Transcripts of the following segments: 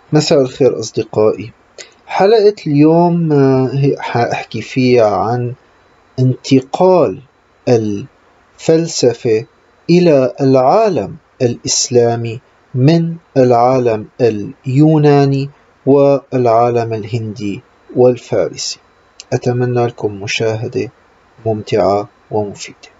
مساء الخير أصدقائي. حلقة اليوم حأحكي فيها عن انتقال الفلسفة إلى العالم الإسلامي من العالم اليوناني والعالم الهندي والفارسي. أتمنى لكم مشاهدة ممتعة ومفيدة.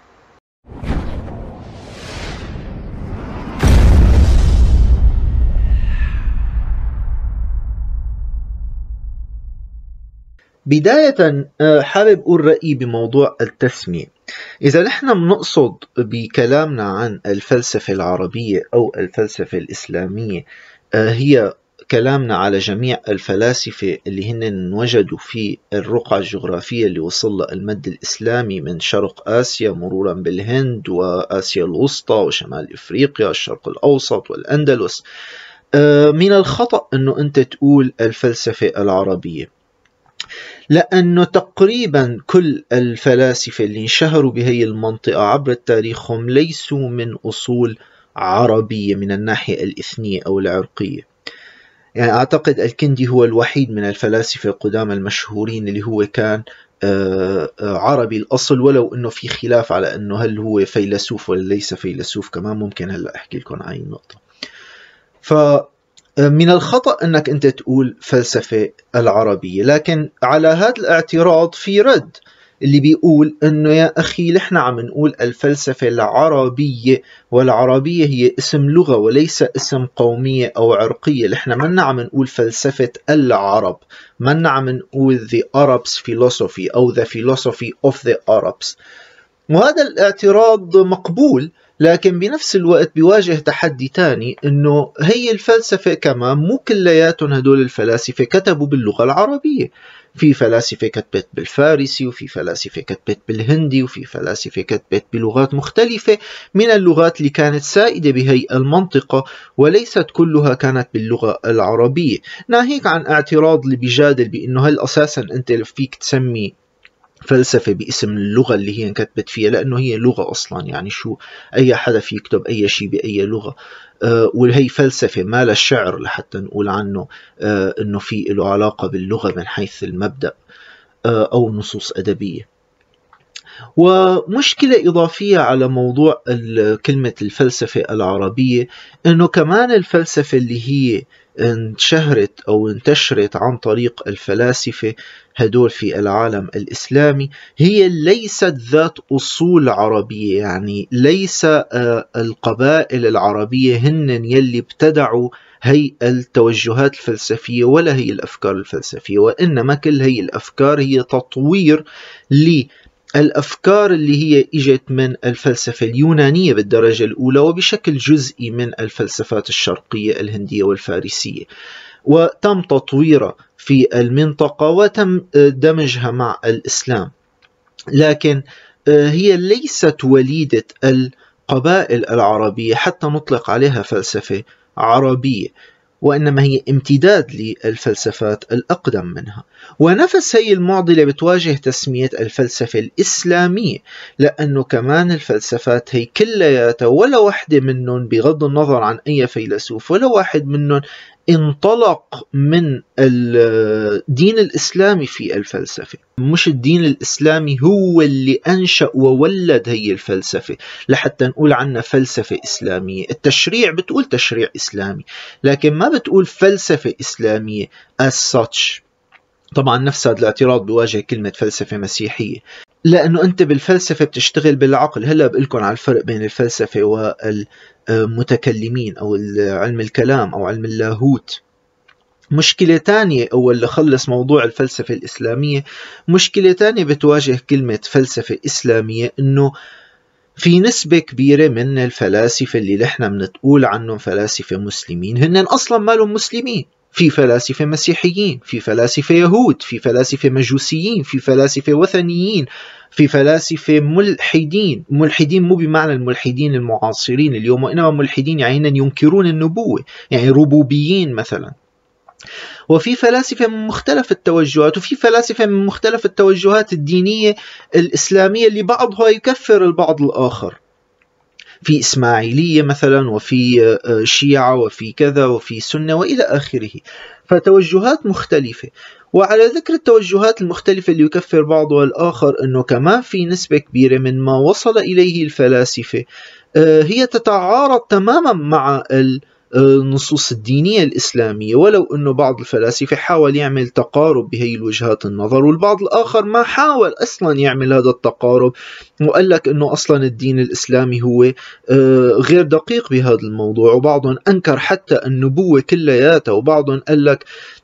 بداية حابب أقول رأيي بموضوع التسمية. إذا نحن بنقصد بكلامنا عن الفلسفة العربية أو الفلسفة الإسلامية هي كلامنا على جميع الفلاسفة اللي هن وجدوا في الرقعة الجغرافية اللي وصل المد الإسلامي من شرق آسيا مرورا بالهند وآسيا الوسطى وشمال إفريقيا الشرق الأوسط والأندلس. من الخطأ أنه أنت تقول الفلسفة العربية، لأنه تقريبا كل الفلاسفة اللي انشهروا بهي المنطقة عبر التاريخ هم ليسوا من أصول عربية من الناحية الإثنية أو العرقية. يعني أعتقد الكندي هو الوحيد من الفلاسفة القدامى المشهورين اللي هو كان عربي الأصل، ولو أنه في خلاف على أنه هل هو فيلسوف ولا ليس فيلسوف، كمان ممكن هلأ أحكي لكم عن النقطة. من الخطأ أنك أنت تقول فلسفة العربية، لكن على هذا الاعتراض في رد اللي بيقول أنه يا أخي نحن عم نقول الفلسفة العربية، والعربية هي اسم لغة وليس اسم قومية أو عرقية. نحن منا عم نقول فلسفة العرب، منا عم نقول the Arabs philosophy أو the philosophy of the Arabs. وهذا الاعتراض مقبول، لكن بنفس الوقت بيواجه تحدي تاني، انه هي الفلسفة كمان مو كلياتهم هدول الفلاسفة كتبوا باللغة العربية. في فلاسفة كتبت بالفارسي، وفي فلاسفة كتبت بالهندي، وفي فلاسفة كتبت بلغات مختلفة من اللغات اللي كانت سائدة بهي المنطقة، وليست كلها كانت باللغة العربية. ناهيك عن اعتراض اللي بيجادل بأنه هل أساسا أنت فيك تسمي فلسفة باسم اللغة اللي هي انكتبت فيها، لأنه هي لغة أصلا. يعني شو أي حدا في يكتب أي شيء بأي لغة، وهي فلسفة ما لا الشعر لحتى نقول عنه أنه في له علاقة باللغة من حيث المبدأ أو نصوص أدبية. ومشكلة إضافية على موضوع كلمة الفلسفة العربية، أنه كمان الفلسفة اللي هي انشهرت أو انتشرت عن طريق الفلاسفة هدول في العالم الإسلامي هي ليست ذات أصول عربية. يعني ليس القبائل العربية هن يلي ابتدعوا هي التوجهات الفلسفية ولا هي الأفكار الفلسفية، وإنما كل هي الأفكار هي تطوير الأفكار اللي هي إجت من الفلسفة اليونانية بالدرجة الأولى، وبشكل جزئي من الفلسفات الشرقية الهندية والفارسية، وتم تطويرها في المنطقة وتم دمجها مع الإسلام. لكن هي ليست وليدة القبائل العربية حتى نطلق عليها فلسفة عربية، وإنما هي امتداد للفلسفات الأقدم منها. ونفس هي المعضلة بتواجه تسمية الفلسفة الإسلامية، لأنه كمان الفلسفات هي كلياتها ولا واحدة منهم بغض النظر عن أي فيلسوف ولا واحد منهم انطلق من الدين الإسلامي في الفلسفة. مش الدين الإسلامي هو اللي أنشأ وولد هي الفلسفة لحتى نقول عنها فلسفة إسلامية. التشريع بتقول تشريع إسلامي، لكن ما بتقول فلسفة إسلامية as such. طبعا نفس هذا الاعتراض بيواجه كلمة فلسفة مسيحية، لأنه أنت بالفلسفة بتشتغل بالعقل. هلأ بقولكم على الفرق بين الفلسفة والمتكلمين أو علم الكلام أو علم اللاهوت. مشكلة تانية أول لخلص موضوع الفلسفة الإسلامية، مشكلة تانية بتواجه كلمة فلسفة إسلامية، إنه في نسبة كبيرة من الفلاسفة اللي نحن بنتقول عنهم فلاسفة مسلمين هن أصلا ما لهم مسلمين. في فلاسفة مسيحيين، في فلاسفة يهود، في فلاسفة مجوسيين، في فلاسفة وثنيين، في فلاسفة ملحدين. ملحدين مو بمعنى الملحدين المعاصرين اليوم، وإنما ملحدين يعني ينكرون النبوة، يعني ربوبيين مثلا. وفي فلاسفة من مختلف التوجهات، وفي فلاسفة من مختلف التوجهات الدينية الإسلامية اللي بعضها يكفر البعض الآخر. في إسماعيلية مثلا، وفي شيعة، وفي كذا، وفي سنة، وإلى آخره. فتوجهات مختلفة. وعلى ذكر التوجهات المختلفة اللي يكفر بعضها الآخر، أنه كمان في نسبة كبيرة من ما وصل إليه الفلاسفة هي تتعارض تماما مع النصوص الدينية الإسلامية، ولو أنه بعض الفلاسفة حاول يعمل تقارب بهي الوجهات النظر، والبعض الآخر ما حاول أصلا يعمل هذا التقارب، وقال لك أنه أصلا الدين الإسلامي هو غير دقيق بهذا الموضوع. وبعضهم أنكر حتى النبوة كلياتها، وبعضهم قال لك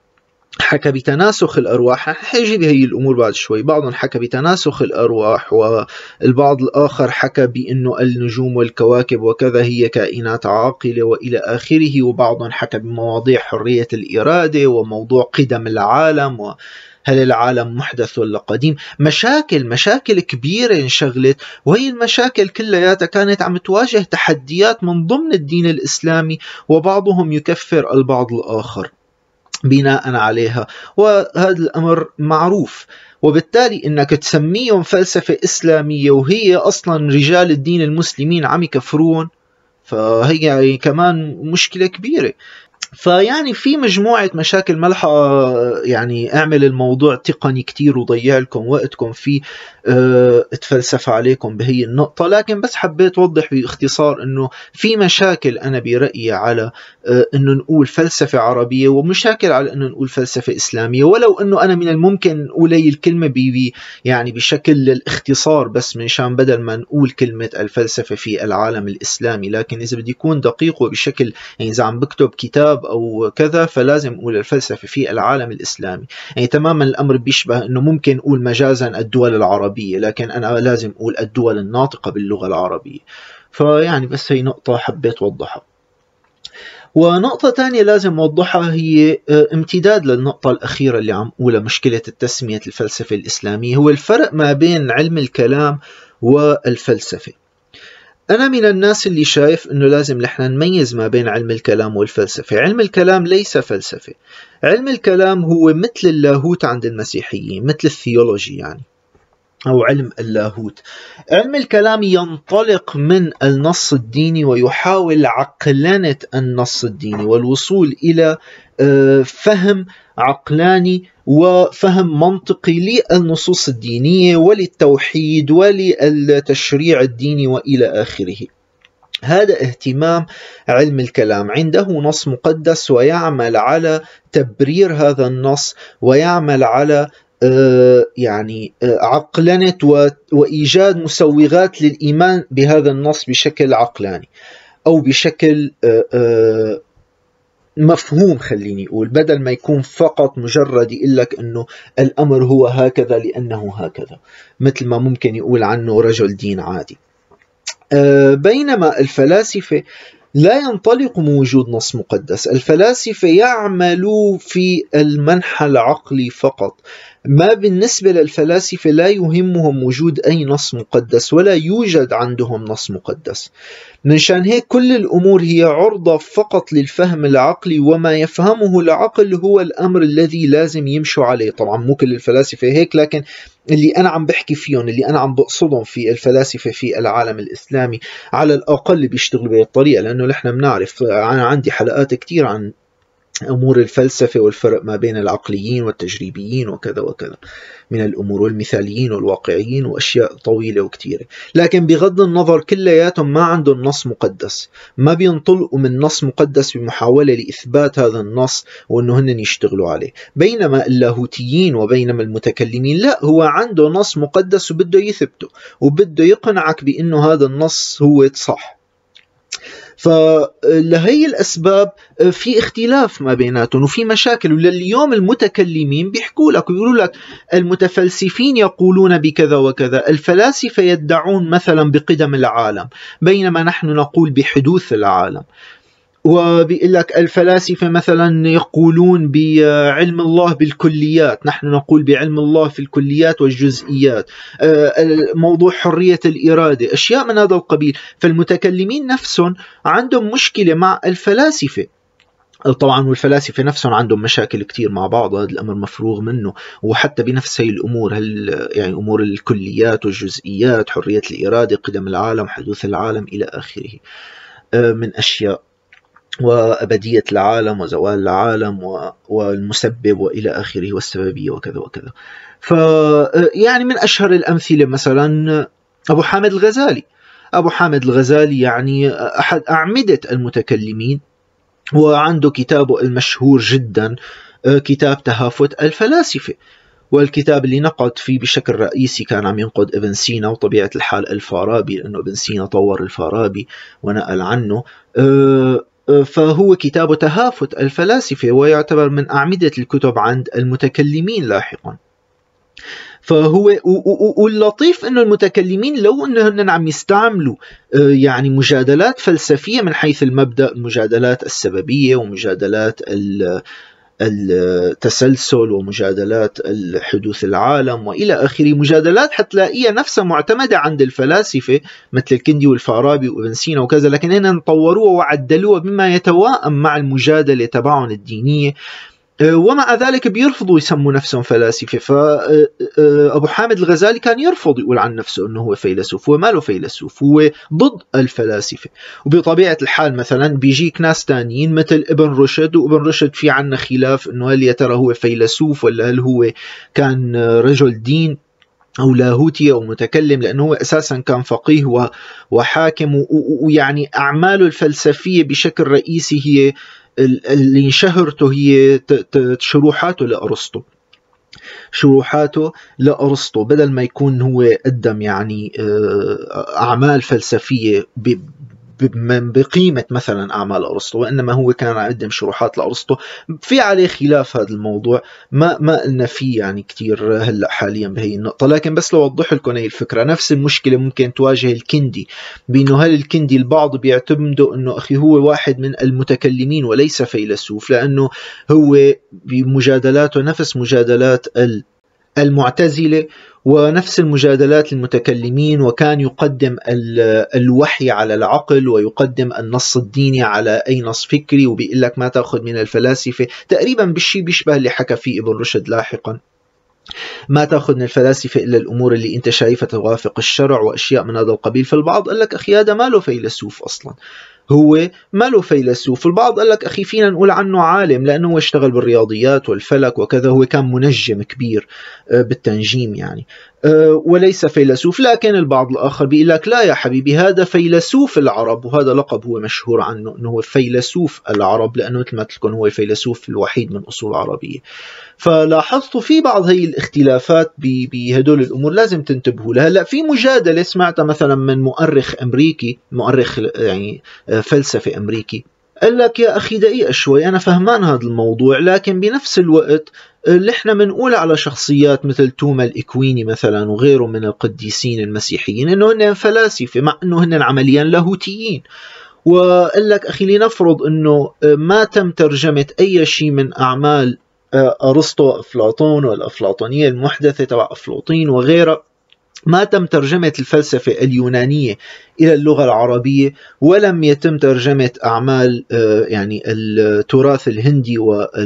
حكى بتناسخ الأرواح. حيجي بهي الأمور بعد شوي. بعضهم حكى بتناسخ الأرواح، والبعض الآخر حكى بأنه النجوم والكواكب وكذا هي كائنات عاقلة وإلى آخره. وبعضهم حكى بمواضيع حرية الإرادة وموضوع قدم العالم، هل العالم محدث ولا قديم. مشاكل كبيرة انشغلت، وهي المشاكل كلياتها كانت عم تواجه تحديات من ضمن الدين الإسلامي، وبعضهم يكفر البعض الآخر بناء عليها، وهذا الأمر معروف. وبالتالي إنك تسميهم فلسفة إسلامية وهي أصلا رجال الدين المسلمين عم يكفرون، فهي كمان مشكلة كبيرة. فيعني في مجموعة مشاكل ملحة. يعني اعمل الموضوع تقني كتير وضيع لكم وقتكم فيه، اتفلسف عليكم بهي النقطة، لكن بس حبيت أوضح باختصار أنه في مشاكل أنا برأيي على أنه نقول فلسفة عربية، ومشاكل على أنه نقول فلسفة إسلامية. ولو أنه أنا من الممكن أولي الكلمة يعني بشكل الاختصار، بس من شان بدل ما نقول كلمة الفلسفة في العالم الإسلامي. لكن إذا بدي يكون دقيق وبشكل، يعني إذا عم بكتب كتاب أو كذا، فلازم أقول الفلسفة في العالم الإسلامي. يعني تماما الأمر بيشبه أنه ممكن أقول مجازا الدول العربية، لكن أنا لازم أقول الدول الناطقة باللغة العربية. فيعني بس هي نقطة حبيت أوضحها. ونقطة تانية لازم أوضحها هي امتداد للنقطة الأخيرة اللي عم أقولها، مشكلة التسمية الفلسفة الإسلامية. هو الفرق ما بين علم الكلام والفلسفة. أنا من الناس اللي شايف أنه لازم نحن نميز ما بين علم الكلام والفلسفة. علم الكلام ليس فلسفة. علم الكلام هو مثل اللاهوت عند المسيحيين، مثل الثيولوجي يعني، أو علم اللاهوت. علم الكلام ينطلق من النص الديني ويحاول عقلنة النص الديني والوصول إلى فهم عقلاني وفهم منطقي للنصوص الدينية وللتوحيد وللتشريع الديني وإلى آخره. هذا اهتمام علم الكلام. عنده نص مقدس ويعمل على تبرير هذا النص، ويعمل على يعني عقلنة وإيجاد مسوغات للإيمان بهذا النص بشكل عقلاني، أو بشكل مفهوم، خليني أقول، بدل ما يكون فقط مجرد يقول لك أنه الأمر هو هكذا لأنه هكذا، مثل ما ممكن يقول عنه رجل دين عادي. بينما الفلاسفة لا ينطلق من وجود نص مقدس. الفلاسفة يعملوا في المنحى العقلي فقط. ما بالنسبة للفلاسفة لا يهمهم وجود أي نص مقدس، ولا يوجد عندهم نص مقدس. من شان هيك كل الأمور هي عرضة فقط للفهم العقلي، وما يفهمه العقل هو الأمر الذي لازم يمشوا عليه. طبعا مو كل الفلاسفة هيك، لكن اللي أنا عم بحكي فيهم، اللي أنا عم بقصدهم في الفلاسفة في العالم الإسلامي، على الأقل بيشتغلوا بهذه الطريقة. لأنه نحن بنعرف، أنا عندي حلقات كتير عن أمور الفلسفة والفرق ما بين العقليين والتجريبيين وكذا وكذا من الأمور، والمثاليين والواقعيين، وأشياء طويلة وكتيرة. لكن بغض النظر كلياتهم ما عندهم نص مقدس، ما بينطلقوا من نص مقدس بمحاولة لإثبات هذا النص وأنه هن يشتغلوا عليه. بينما اللاهوتيين وبينما المتكلمين لا، هو عنده نص مقدس وبده يثبته، وبده يقنعك بأنه هذا النص هو صح. فلهي الأسباب في اختلاف ما بيناتهم وفي مشاكل. ولليوم المتكلمين بيحكوا لك ويقولوا لك المتفلسفين يقولون بكذا وكذا، الفلاسفة يدعون مثلا بقدم العالم، بينما نحن نقول بحدوث العالم. وبيقول لك الفلاسفة مثلا يقولون بعلم الله بالكليات، نحن نقول بعلم الله في الكليات والجزئيات، موضوع حرية الإرادة، أشياء من هذا القبيل. فالمتكلمين نفسهم عندهم مشكلة مع الفلاسفة، طبعا والفلاسفة نفسهم عندهم مشاكل كتير مع بعض، هذا الأمر مفروغ منه. وحتى بنفس هي الأمور، يعني أمور الكليات والجزئيات، حرية الإرادة، قدم العالم، حدوث العالم إلى آخره من أشياء، وأبدية العالم وزوال العالم والمسبب وإلى آخره، والسببية وكذا وكذا. يعني من أشهر الأمثلة مثلا أبو حامد الغزالي. أبو حامد الغزالي يعني أحد أعمدة المتكلمين، وعنده كتابه المشهور جدا كتاب تهافت الفلاسفة، والكتاب اللي نقد فيه بشكل رئيسي كان عم ينقد ابن سينا وطبيعة الحال الفارابي، لأنه ابن سينا طور الفارابي ونقل عنه. فهو كتابه تهافت الفلاسفة، ويعتبر من أعمدة الكتب عند المتكلمين لاحقا. فهو واللطيف انه المتكلمين لو انهم عم يستعملوا يعني مجادلات فلسفية من حيث المبدأ، المجادلات السببية ومجادلات التسلسل ومجادلات حدوث العالم وإلى آخره، مجادلات حتلاقيها نفسها معتمدة عند الفلاسفة مثل الكندي والفارابي وابن سينا وكذا، لكن هنا طوروها وعدلوها بما يتوائم مع المجادلة تبعهم الدينية، ومع ذلك بيرفضوا يسموا نفسهم فلاسفة. فأبو حامد الغزالي كان يرفض يقول عن نفسه أنه هو فيلسوف، هو ما له فيلسوف، هو ضد الفلاسفة. وبطبيعة الحال مثلا بيجيك ناس تانيين مثل ابن رشد، وابن رشد في عنا خلاف أنه هل يا ترى هو فيلسوف ولا هل هو كان رجل دين أو لاهوتي أو متكلم، لأنه هو أساسا كان فقيه وحاكم، ويعني أعماله الفلسفية بشكل رئيسي هي اللي شهرته هي شروحاته لأرسطو، بدل ما يكون هو قدم يعني أعمال فلسفية بقيمة مثلا أعمال أرسطو، وإنما هو كان يقدم شروحات لأرسطو. في عليه خلاف هذا الموضوع، ما قلنا فيه يعني كتير هلأ حاليا بهي النقطة، لكن بس لو أوضح لكم هي الفكرة. نفس المشكلة ممكن تواجه الكندي، بأنه هل الكندي البعض بيعتمدوا أنه أخي هو واحد من المتكلمين وليس فيلسوف، لأنه هو بمجادلاته نفس مجادلات المعتزلة ونفس المجادلات المتكلمين، وكان يقدم الوحي على العقل ويقدم النص الديني على أي نص فكري، وبيقول لك ما تأخذ من الفلاسفة تقريبا بالشيء بيشبه اللي حكى فيه ابن رشد لاحقا، ما تأخذ من الفلاسفة إلا الأمور اللي أنت شايفها توافق الشرع وأشياء من هذا القبيل. فالبعض قال لك أخي هذا ما له فيلسوف أصلا، هو ما له فيلسوف. البعض قال لك أخي فينا نقول عنه عالم لأنه هو اشتغل بالرياضيات والفلك وكذا، هو كان منجم كبير بالتنجيم يعني، وليس فيلسوف. لكن البعض الآخر بيقول لك لا يا حبيبي هذا فيلسوف العرب، وهذا لقب هو مشهور عنه أنه هو فيلسوف العرب، لأنه مثل ما تلكن هو الفيلسوف الوحيد من أصول عربية. فلاحظتوا في بعض هي الاختلافات بهدول الأمور لازم تنتبهوا لها. هلا في مجادلة سمعتها مثلا من مؤرخ أمريكي، مؤرخ يعني فلسفي أمريكي، قال لك يا أخي دقيقة شوي، أنا فهمان هذا الموضوع، لكن بنفس الوقت اللي احنا بنقول على شخصيات مثل توما الإكويني مثلا وغيره من القديسين المسيحيين إنه هن فلاسفة، مع إنه هن عمليا لاهوتيين. وقال لك أخي لنفرض إنه ما تم ترجمة أي شيء من أعمال أرسطو وأفلاطون والأفلاطونية المحدثة تبع أفلاطين وغيرها، ما تم ترجمة الفلسفة اليونانية إلى اللغة العربية، ولم يتم ترجمة أعمال يعني التراث الهندي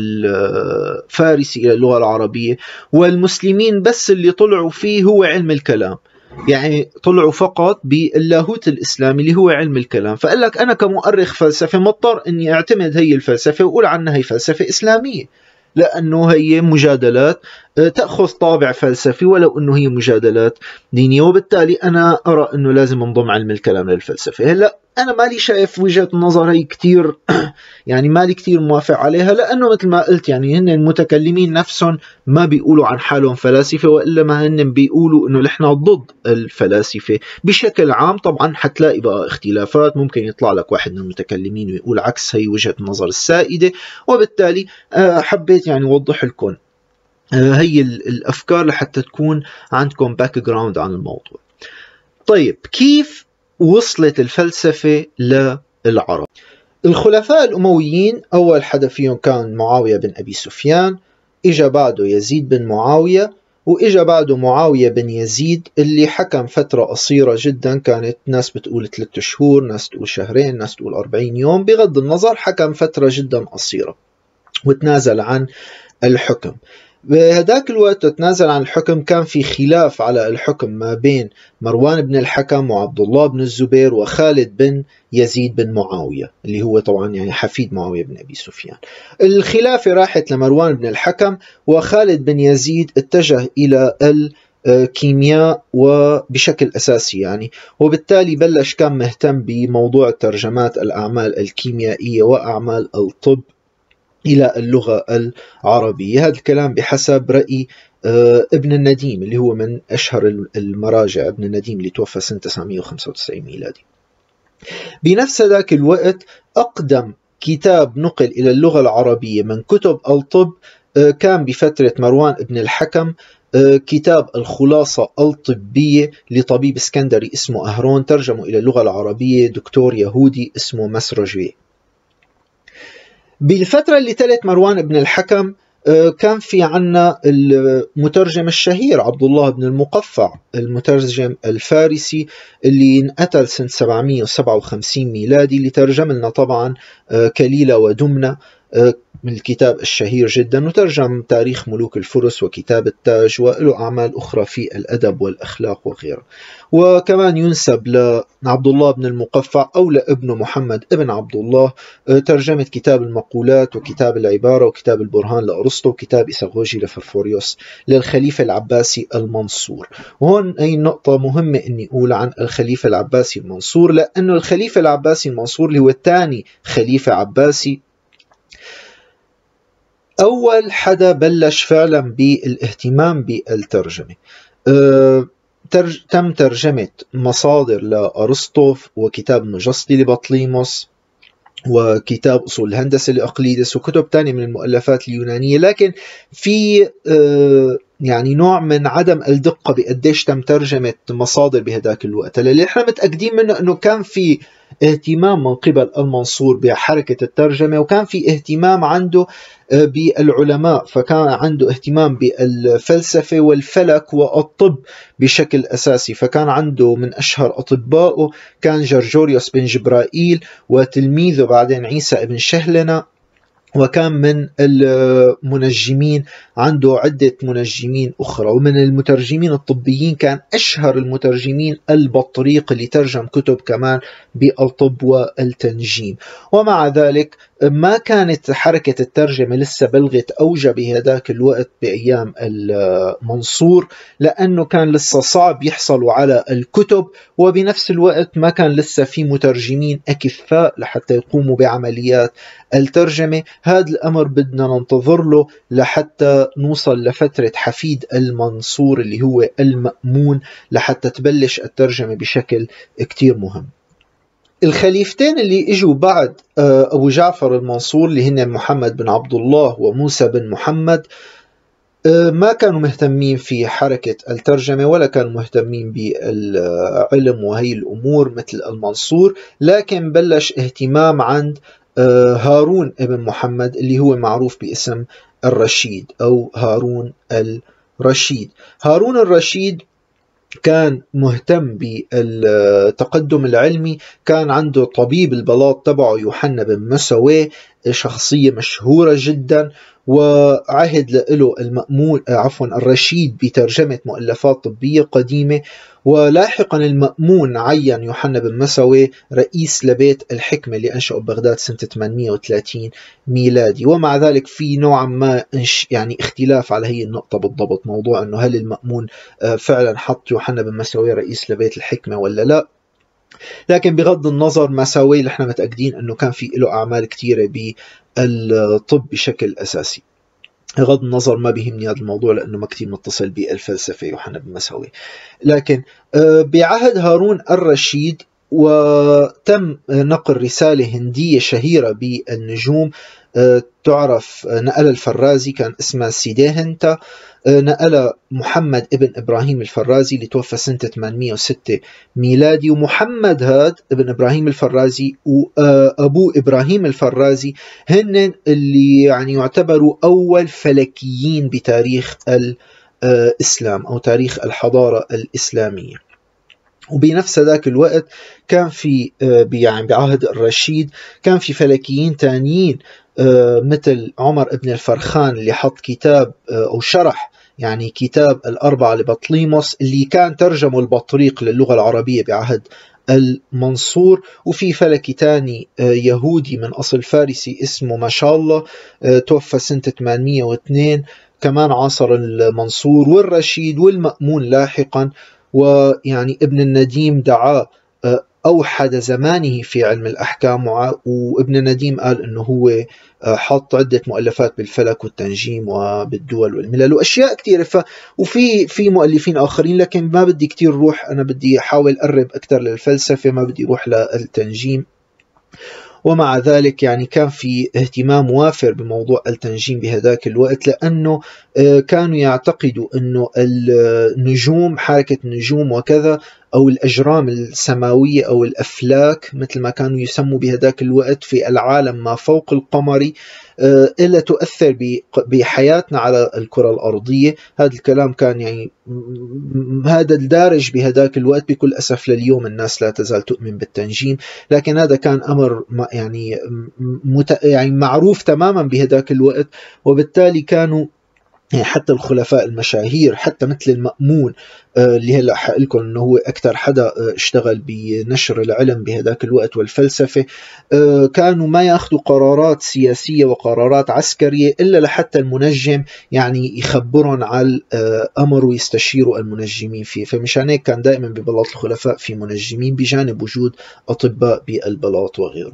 والفارسي إلى اللغة العربية، والمسلمين بس اللي طلعوا فيه هو علم الكلام، يعني طلعوا فقط باللاهوت الإسلامي اللي هو علم الكلام. فقال لك أنا كمؤرخ فلسفة مضطر أني أعتمد هي الفلسفة وأقول عنها هي فلسفة إسلامية، لأنه هي مجادلات تأخذ طابع فلسفي ولو أنه هي مجادلات دينية، وبالتالي أنا أرى أنه لازم نضم علم الكلام للفلسفة. هلأ أنا مالي شايف وجهة النظر هي كتير يعني مالي كتير موافق عليها، لأنه مثل ما قلت يعني هن المتكلمين نفسهم ما بيقولوا عن حالهم فلاسفة، وإلا ما هن بيقولوا أنه نحن ضد الفلاسفة بشكل عام. طبعا حتلاقي بقى اختلافات، ممكن يطلع لك واحد من المتكلمين ويقول عكس هي وجهة النظر السائدة، وبالتالي حبيت يعني أوضح لكم هي الأفكار لحتى تكون عندكم باك جراوند عن الموضوع. طيب كيف وصلت الفلسفة للعرب؟ الخلفاء الأمويين أول حدا فيهم كان معاوية بن أبي سفيان، إجا بعده يزيد بن معاوية، وإجا بعده معاوية بن يزيد اللي حكم فترة قصيرة جدا، كانت ناس بتقول 3 شهور، ناس تقول شهرين، ناس تقول 40 يوم، بغض النظر حكم فترة جدا قصيرة وتنازل عن الحكم. بهداك الوقت تنازل عن الحكم، كان في خلاف على الحكم ما بين مروان بن الحكم وعبد الله بن الزبير وخالد بن يزيد بن معاوية اللي هو طبعا يعني حفيد معاوية بن أبي سفيان. الخلافة راحت لمروان بن الحكم، وخالد بن يزيد اتجه إلى الكيمياء وبشكل أساسي يعني، وبالتالي بلش كان مهتم بموضوع ترجمات الأعمال الكيميائية وأعمال الطب إلى اللغة العربية. هذا الكلام بحسب رأي ابن النديم اللي هو من أشهر المراجع، ابن النديم اللي توفى سنة 995 ميلادي. بنفس ذاك الوقت أقدم كتاب نقل إلى اللغة العربية من كتب الطب كان بفترة مروان بن الحكم، كتاب الخلاصة الطبية لطبيب اسكندري اسمه أهرون، ترجمه إلى اللغة العربية دكتور يهودي اسمه مسرجي. بالفترة اللي تلت مروان بن الحكم كان في عنا المترجم الشهير عبد الله بن المقفع، المترجم الفارسي اللي انقتل سنة 757 ميلادي، اللي ترجم لنا طبعا كليلة ودمنة من الكتاب الشهير جدا، وترجم تاريخ ملوك الفرس وكتاب التاج، وله أعمال أخرى في الأدب والأخلاق وغيره. وكمان ينسب لعبد الله بن المقفع أو لابنه محمد ابن عبد الله ترجمة كتاب المقولات وكتاب العبارة وكتاب البرهان لأرسطو وكتاب إيساغوجي لفرفوريوس للخليفة العباسي المنصور. وهون أي نقطة مهمة أني أقول عن الخليفة العباسي المنصور، لأنه الخليفة العباسي المنصور اللي هو الثاني خليفة عباسي أول حدا بلش فعلا بالاهتمام بالترجمة. تم ترجمة مصادر لأرسطو وكتاب مجسطي لبطليموس وكتاب أصول الهندسة لأقليدس وكتب تانية من المؤلفات اليونانية، لكن في يعني نوع من عدم الدقة بقديش تم ترجمة مصادر بهداك الوقت. اللي احنا متأكدين منه أنه كان في اهتمام من قبل المنصور بحركة الترجمة، وكان في اهتمام عنده بالعلماء، فكان عنده اهتمام بالفلسفة والفلك والطب بشكل أساسي. فكان عنده من أشهر أطبائه كان جرجوريوس بن جبرائيل، وتلميذه بعدين عيسى بن شهلنة، وكان من المنجمين عنده عدة منجمين أخرى. ومن المترجمين الطبيين كان أشهر المترجمين البطريق اللي ترجم كتب كمان بالطب والتنجيم. ومع ذلك ما كانت حركة الترجمة لسه بلغت أوجها بهذاك الوقت بأيام المنصور، لأنه كان لسه صعب يحصلوا على الكتب، وبنفس الوقت ما كان لسه في مترجمين أكفاء لحتى يقوموا بعمليات الترجمة. هذا الأمر بدنا ننتظر له لحتى نوصل لفترة حفيد المنصور اللي هو المأمون لحتى تبلش الترجمة بشكل كتير مهم. الخليفتين اللي اجوا بعد أبو جعفر المنصور اللي هن محمد بن عبد الله وموسى بن محمد ما كانوا مهتمين في حركة الترجمة ولا كانوا مهتمين بالعلم وهي الأمور مثل المنصور، لكن بلش اهتمام عند هارون ابن محمد اللي هو معروف باسم الرشيد أو هارون الرشيد. هارون الرشيد كان مهتم بالتقدم العلمي، كان عنده طبيب البلاط تبعه يوحنا بن مسوي، شخصية مشهورة جدا، وعهد له المأمون الرشيد بترجمة مؤلفات طبية قديمة. ولاحقا المأمون عين يوحنا بن مسوي رئيس لبيت الحكمة اللي أنشأه ببغداد سنة 830 ميلادي. ومع ذلك في نوعا ما يعني اختلاف على هي النقطة بالضبط، موضوع أنه هل المأمون فعلا حط يوحنا بن مسوي رئيس لبيت الحكمة ولا لا. لكن بغض النظر مساوي اللي احنا متأكدين أنه كان في له أعمال كثيرة بالطب بشكل أساسي. بغض النظر ما بيهمني هذا الموضوع لأنه ما كتير متصل بالفلسفة يوحنا بن مساوي. لكن بعهد هارون الرشيد وتم نقل رسالة هندية شهيرة بالنجوم تعرف، نقل الفرازي كان اسمها سيديهنتا، نقل محمد ابن إبراهيم الفرازي اللي توفى سنة 806 ميلادي. ومحمد هاد ابن إبراهيم الفرازي وأبو إبراهيم الفرازي هن اللي يعني يعتبروا أول فلكيين بتاريخ الإسلام أو تاريخ الحضارة الإسلامية. وبنفس ذاك الوقت كان في يعني بعهد الرشيد كان في فلكيين تانيين مثل عمر بن الفرخان اللي حط كتاب أو شرح يعني كتاب الأربعة لبطليموس اللي كان ترجمه البطريق للغة العربية بعهد المنصور. وفي فلكي تاني يهودي من أصل فارسي اسمه ما شاء الله توفى سنة 802 كمان عاصر المنصور والرشيد والمأمون لاحقا. ويعني ابن النديم دعاه أوحد زمانه في علم الأحكام، وابن النديم قال أنه هو حط عدة مؤلفات بالفلك والتنجيم وبالدول والملل وأشياء كثيرة. وفي مؤلفين آخرين، لكن ما بدي كثير روح، أنا بدي أحاول أقرب أكثر للفلسفة، ما بدي روح للتنجيم. ومع ذلك يعني كان في اهتمام وافر بموضوع التنجيم بهذاك الوقت، لأنه كانوا يعتقدوا أنه النجوم، حركة النجوم وكذا، أو الأجرام السماوية أو الأفلاك مثل ما كانوا يسموا بهذاك الوقت في العالم ما فوق القمري، إلا تؤثر بحياتنا على الكرة الأرضية. هذا الكلام كان يعني هذا الدارج بهذاك الوقت. بكل أسف لليوم الناس لا تزال تؤمن بالتنجيم، لكن هذا كان أمر يعني معروف تماما بهذاك الوقت. وبالتالي كانوا يعني حتى الخلفاء المشاهير، حتى مثل المأمون اللي هلا حقلكم انه هو اكثر حدا اشتغل بنشر العلم بهذاك الوقت والفلسفه، كانوا ما ياخذوا قرارات سياسيه وقرارات عسكريه الا لحتى المنجم يعني يخبرهم على امر ويستشيروا المنجمين فيه. فمشان هيك كان دائما ببلاط الخلفاء في منجمين بجانب وجود اطباء بالبلاط وغيره.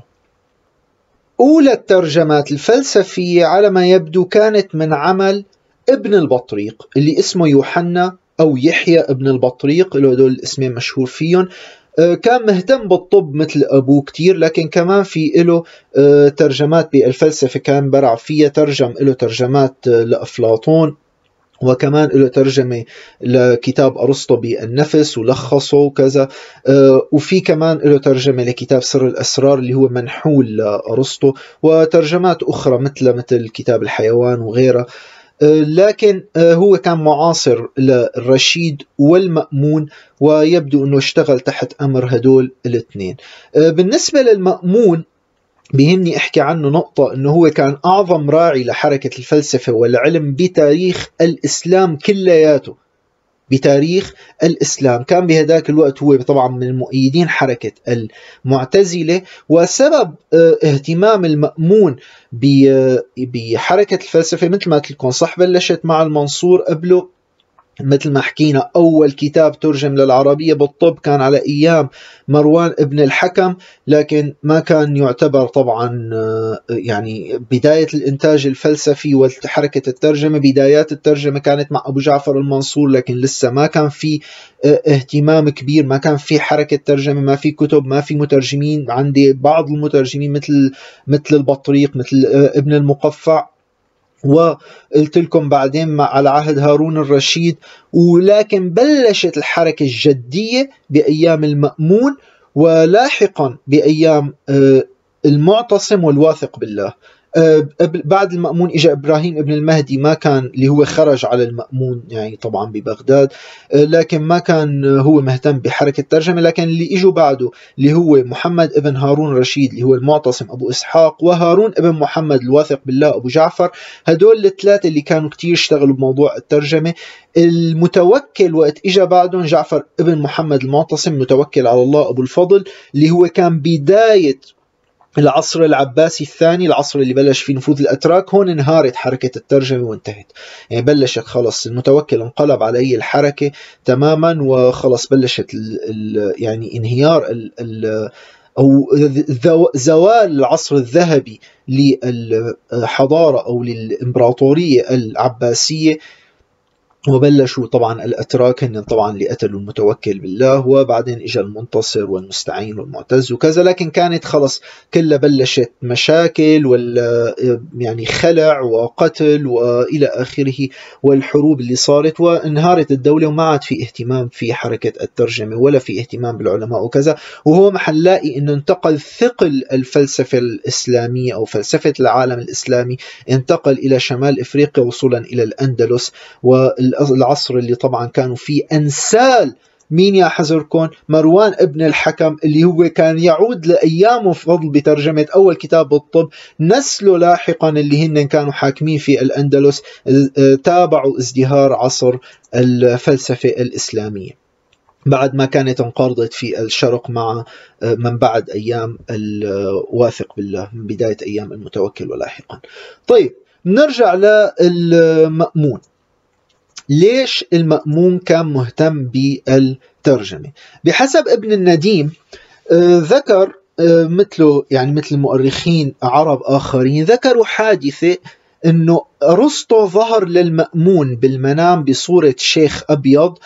اولى الترجمات الفلسفيه على ما يبدو كانت من عمل ابن البطريق اللي اسمه يوحنا أو يحيى ابن البطريق، له هدول الاسمين مشهور فيهم. كان مهتم بالطب مثل أبوه كتير، لكن كمان في له ترجمات بالفلسفة كان برع فيها. ترجم له ترجمات لأفلاطون، وكمان له ترجمة لكتاب أرسطو بالنفس ولخصه وكذا. وفي كمان له ترجمة لكتاب سر الأسرار اللي هو منحول لأرسطو، وترجمات أخرى مثل كتاب الحيوان وغيرها. لكن هو كان معاصر للرشيد والمأمون، ويبدو أنه اشتغل تحت أمر هدول الاثنين. بالنسبة للمأمون بيهمني أحكي عنه نقطة، أنه هو كان أعظم راعي لحركة الفلسفة والعلم بتاريخ الإسلام كلياته. بتاريخ الإسلام كان بهذاك الوقت هو طبعا من المؤيدين حركة المعتزلة. وسبب اهتمام المأمون بحركة الفلسفة مثل ما قلت لكم صح بلشت مع المنصور. قبله مثل ما حكينا أول كتاب ترجم للعربية بالطب كان على أيام مروان ابن الحكم، لكن ما كان يعتبر طبعا يعني بداية الإنتاج الفلسفي وحركة الترجمة. بدايات الترجمة كانت مع أبو جعفر المنصور، لكن لسه ما كان في اهتمام كبير، ما كان في حركة ترجمة، ما في كتب، ما في مترجمين. عندي بعض المترجمين مثل البطريق، مثل ابن المقفع، وقلت لكم بعدين على عهد هارون الرشيد. ولكن بلشت الحركة الجدية بأيام المأمون، ولاحقا بأيام المعتصم والواثق بالله. بعد المأمون إجا إبراهيم ابن المهدي، ما كان اللي هو خرج على المأمون يعني طبعا ببغداد، لكن ما كان هو مهتم بحركة الترجمة. لكن اللي إجوا بعده اللي هو محمد ابن هارون الرشيد اللي هو المعتصم أبو إسحاق، وهارون ابن محمد الواثق بالله أبو جعفر، هدول الثلاثة اللي كانوا كتير اشتغلوا بموضوع الترجمة. المتوكل وقت إجا بعدهم جعفر ابن محمد المعتصم متوكل على الله أبو الفضل، اللي هو كان بداية العصر العباسي الثاني، العصر اللي بلش فيه نفوذ الأتراك. هون انهارت حركة الترجمة وانتهت، يعني بلشت خلص المتوكل انقلب على الحركة تماما، وخلص بلشت يعني انهيار أو زوال العصر الذهبي للحضارة أو للإمبراطورية العباسية. وبلشوا طبعا الأتراك هن طبعا اللي قتلوا المتوكل بالله، وبعدين إجا المنتصر والمستعين والمعتز وكذا. لكن كانت خلص كلها بلشت مشاكل يعني خلع وقتل وإلى آخره، والحروب اللي صارت، وانهارت الدولة، وما عاد في اهتمام في حركة الترجمة ولا في اهتمام بالعلماء وكذا. وهو محل لاقي أنه انتقل ثقل الفلسفة الإسلامية أو فلسفة العالم الإسلامي، انتقل إلى شمال إفريقيا وصولا إلى الأندلس. العصر اللي طبعا كانوا فيه أنسال مين يا حزركم؟ مروان ابن الحكم، اللي هو كان يعود لأيامه فضل بترجمة أول كتاب بالطب. نسله لاحقا اللي هن كانوا حاكمين في الأندلس تابعوا ازدهار عصر الفلسفة الإسلامية بعد ما كانت انقرضت في الشرق مع من بعد أيام الواثق بالله، من بداية أيام المتوكل ولاحقا. طيب نرجع للمأمون. ليش المأمون كان مهتم بالترجمة؟ بحسب ابن النديم ذكر مثله، يعني مثل المؤرخين عرب آخرين، ذكروا حادثة أنه أرسطو ظهر للمأمون بالمنام بصورة شيخ أبيض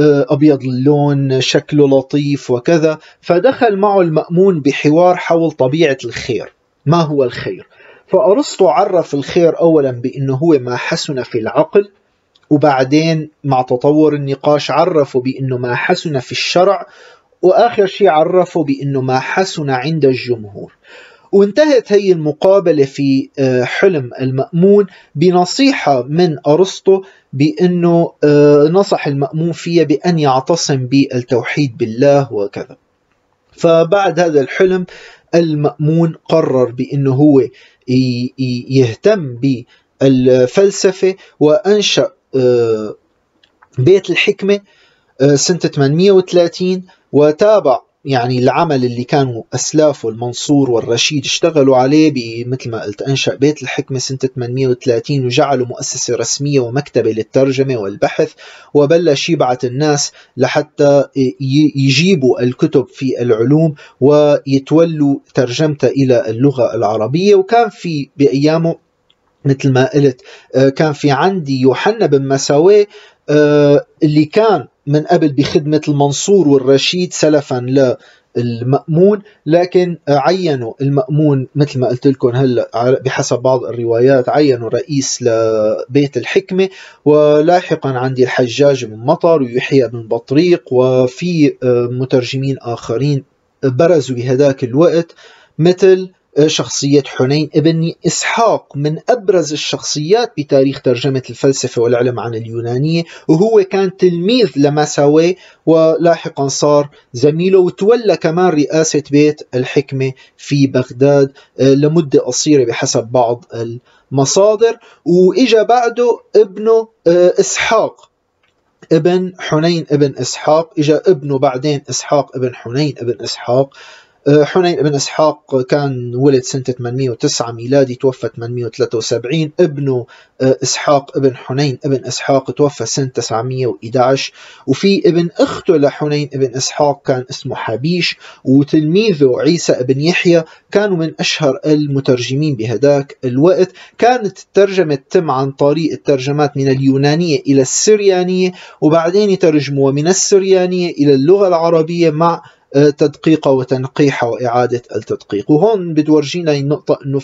اللون، شكله لطيف وكذا، فدخل معه المأمون بحوار حول طبيعة الخير، ما هو الخير. فأرسطو عرف الخير أولا بأنه هو ما حسن في العقل، وبعدين مع تطور النقاش عرفوا بأنه ما حسن في الشرع، وآخر شيء عرفوا بأنه ما حسن عند الجمهور. وانتهت هي المقابلة في حلم المأمون بنصيحة من أرسطو بأنه نصح المأمون فيها بأن يعتصم بالتوحيد بالله وكذا. فبعد هذا الحلم المأمون قرر بأنه هو يهتم بالفلسفة، وأنشأ بيت الحكمة سنة 830، وتابع يعني العمل اللي كانوا أسلافه المنصور والرشيد اشتغلوا عليه. مثل ما قلت أنشأ بيت الحكمة سنة 830 وجعله مؤسسة رسمية ومكتبة للترجمة والبحث، وبلش يبعث الناس لحتى يجيبوا الكتب في العلوم ويتولوا ترجمتها إلى اللغة العربية. وكان في بأيامه مثل ما قلت كان في عندي يوحنا بن مساوي اللي كان من قبل بخدمة المنصور والرشيد سلفا للمأمون، لكن عينوا المأمون مثل ما قلت لكم هلا بحسب بعض الروايات عينوا رئيس لبيت الحكمة. ولاحقا عندي الحجاج بن مطر ويحيى بن بطريق وفي مترجمين آخرين برزوا بهذاك الوقت، مثل شخصية حنين ابن إسحاق، من أبرز الشخصيات بتاريخ ترجمة الفلسفة والعلم عن اليونانية، وهو كان تلميذ لمساوي ولاحقا صار زميله، وتولى كمان رئاسة بيت الحكمة في بغداد لمدة قصيرة بحسب بعض المصادر. وإجا بعده ابنه إسحاق ابن حنين ابن إسحاق، إجا ابنه بعدين إسحاق ابن حنين ابن إسحاق. حنين بن إسحاق كان ولد سنة 809 ميلادي، توفى 873. ابنه إسحاق ابن حنين ابن إسحاق توفى سنة 911. وفي ابن أخته لحنين ابن إسحاق كان اسمه حبيش، وتلميذه عيسى ابن يحيى كانوا من أشهر المترجمين بهداك الوقت. كانت الترجمة تتم عن طريق الترجمات من اليونانية إلى السريانية، وبعدين يترجموا من السريانية إلى اللغة العربية مع تدقيقه وتنقيحه وإعادة التدقيق. وهون بتورجينا النقطة إنه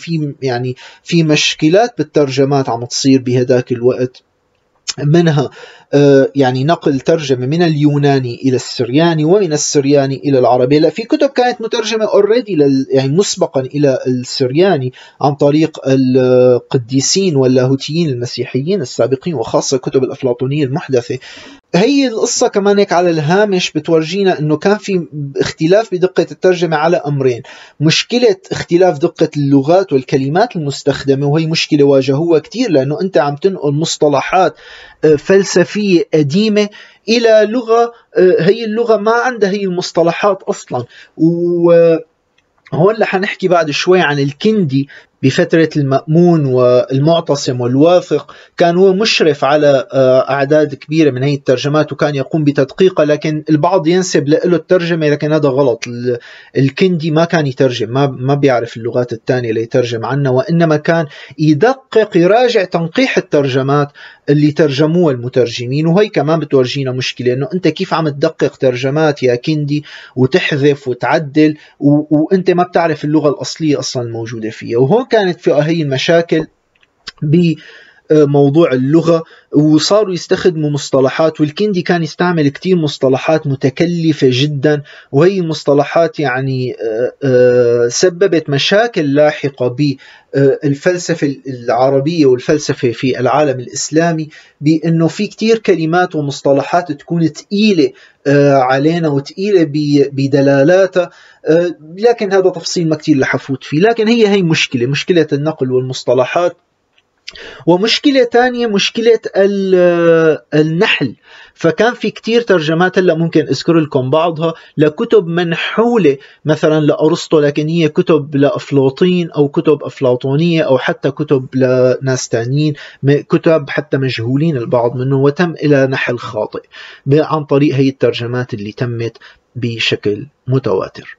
في مشكلات بالترجمات عم تصير بهداك الوقت، منها يعني نقل ترجمة من اليوناني إلى السرياني ومن السرياني إلى العربي. لا، في كتب كانت مترجمة already يعني مسبقا إلى السرياني عن طريق القديسين واللاهوتيين المسيحيين السابقين، وخاصة كتب الأفلاطونية المحدثة. هي القصة كمان هيك على الهامش بتورجينا انه كان في اختلاف بدقة الترجمة على امرين: مشكلة اختلاف دقة اللغات والكلمات المستخدمة، وهي مشكلة واجهوها كتير، لانه انت عم تنقل مصطلحات فلسفية قديمة الى لغة هي اللغة ما عندها هي المصطلحات اصلا. وهون رح نحكي بعد شوي عن الكندي بفترة المأمون والمعتصم والواثق، كان هو مشرف على أعداد كبيرة من هذه الترجمات وكان يقوم بتدقيقها، لكن البعض ينسب له الترجمة، لكن هذا غلط. الكندي ما كان يترجم، ما بيعرف اللغات الثانية اللي يترجم عنها، وإنما كان يدقق يراجع تنقيح الترجمات اللي ترجموها المترجمين. وهي كمان بتورجينا مشكلة، إنه أنت كيف عم تدقق ترجمات يا كندي وتحذف وتعدل وأنت ما بتعرف اللغة الأصلية أصلا الموجودة فيها. وهون كانت في هي المشاكل موضوع اللغة، وصاروا يستخدموا مصطلحات، والكندي كان يستعمل كتير مصطلحات متكلفة جدا، وهي المصطلحات يعني سببت مشاكل لاحقة بالفلسفة العربية والفلسفة في العالم الإسلامي، بأنه في كتير كلمات ومصطلحات تكون تقيلة علينا وتقيلة بدلالاتها، لكن هذا تفصيل ما كتير رح أفوت فيه. لكن هي مشكلة النقل والمصطلحات. ومشكلة تانية مشكلة النحل. فكان في كتير ترجمات، هلا ممكن أذكر لكم بعضها، لكتب منحولة مثلا لأرسطو، لكن هي كتب لأفلاطين أو كتب أفلاطونية أو حتى كتب لناس تانيين، كتب حتى مجهولين البعض منه، وتم إلى نحل خاطئ عن طريق هي الترجمات اللي تمت بشكل متواتر.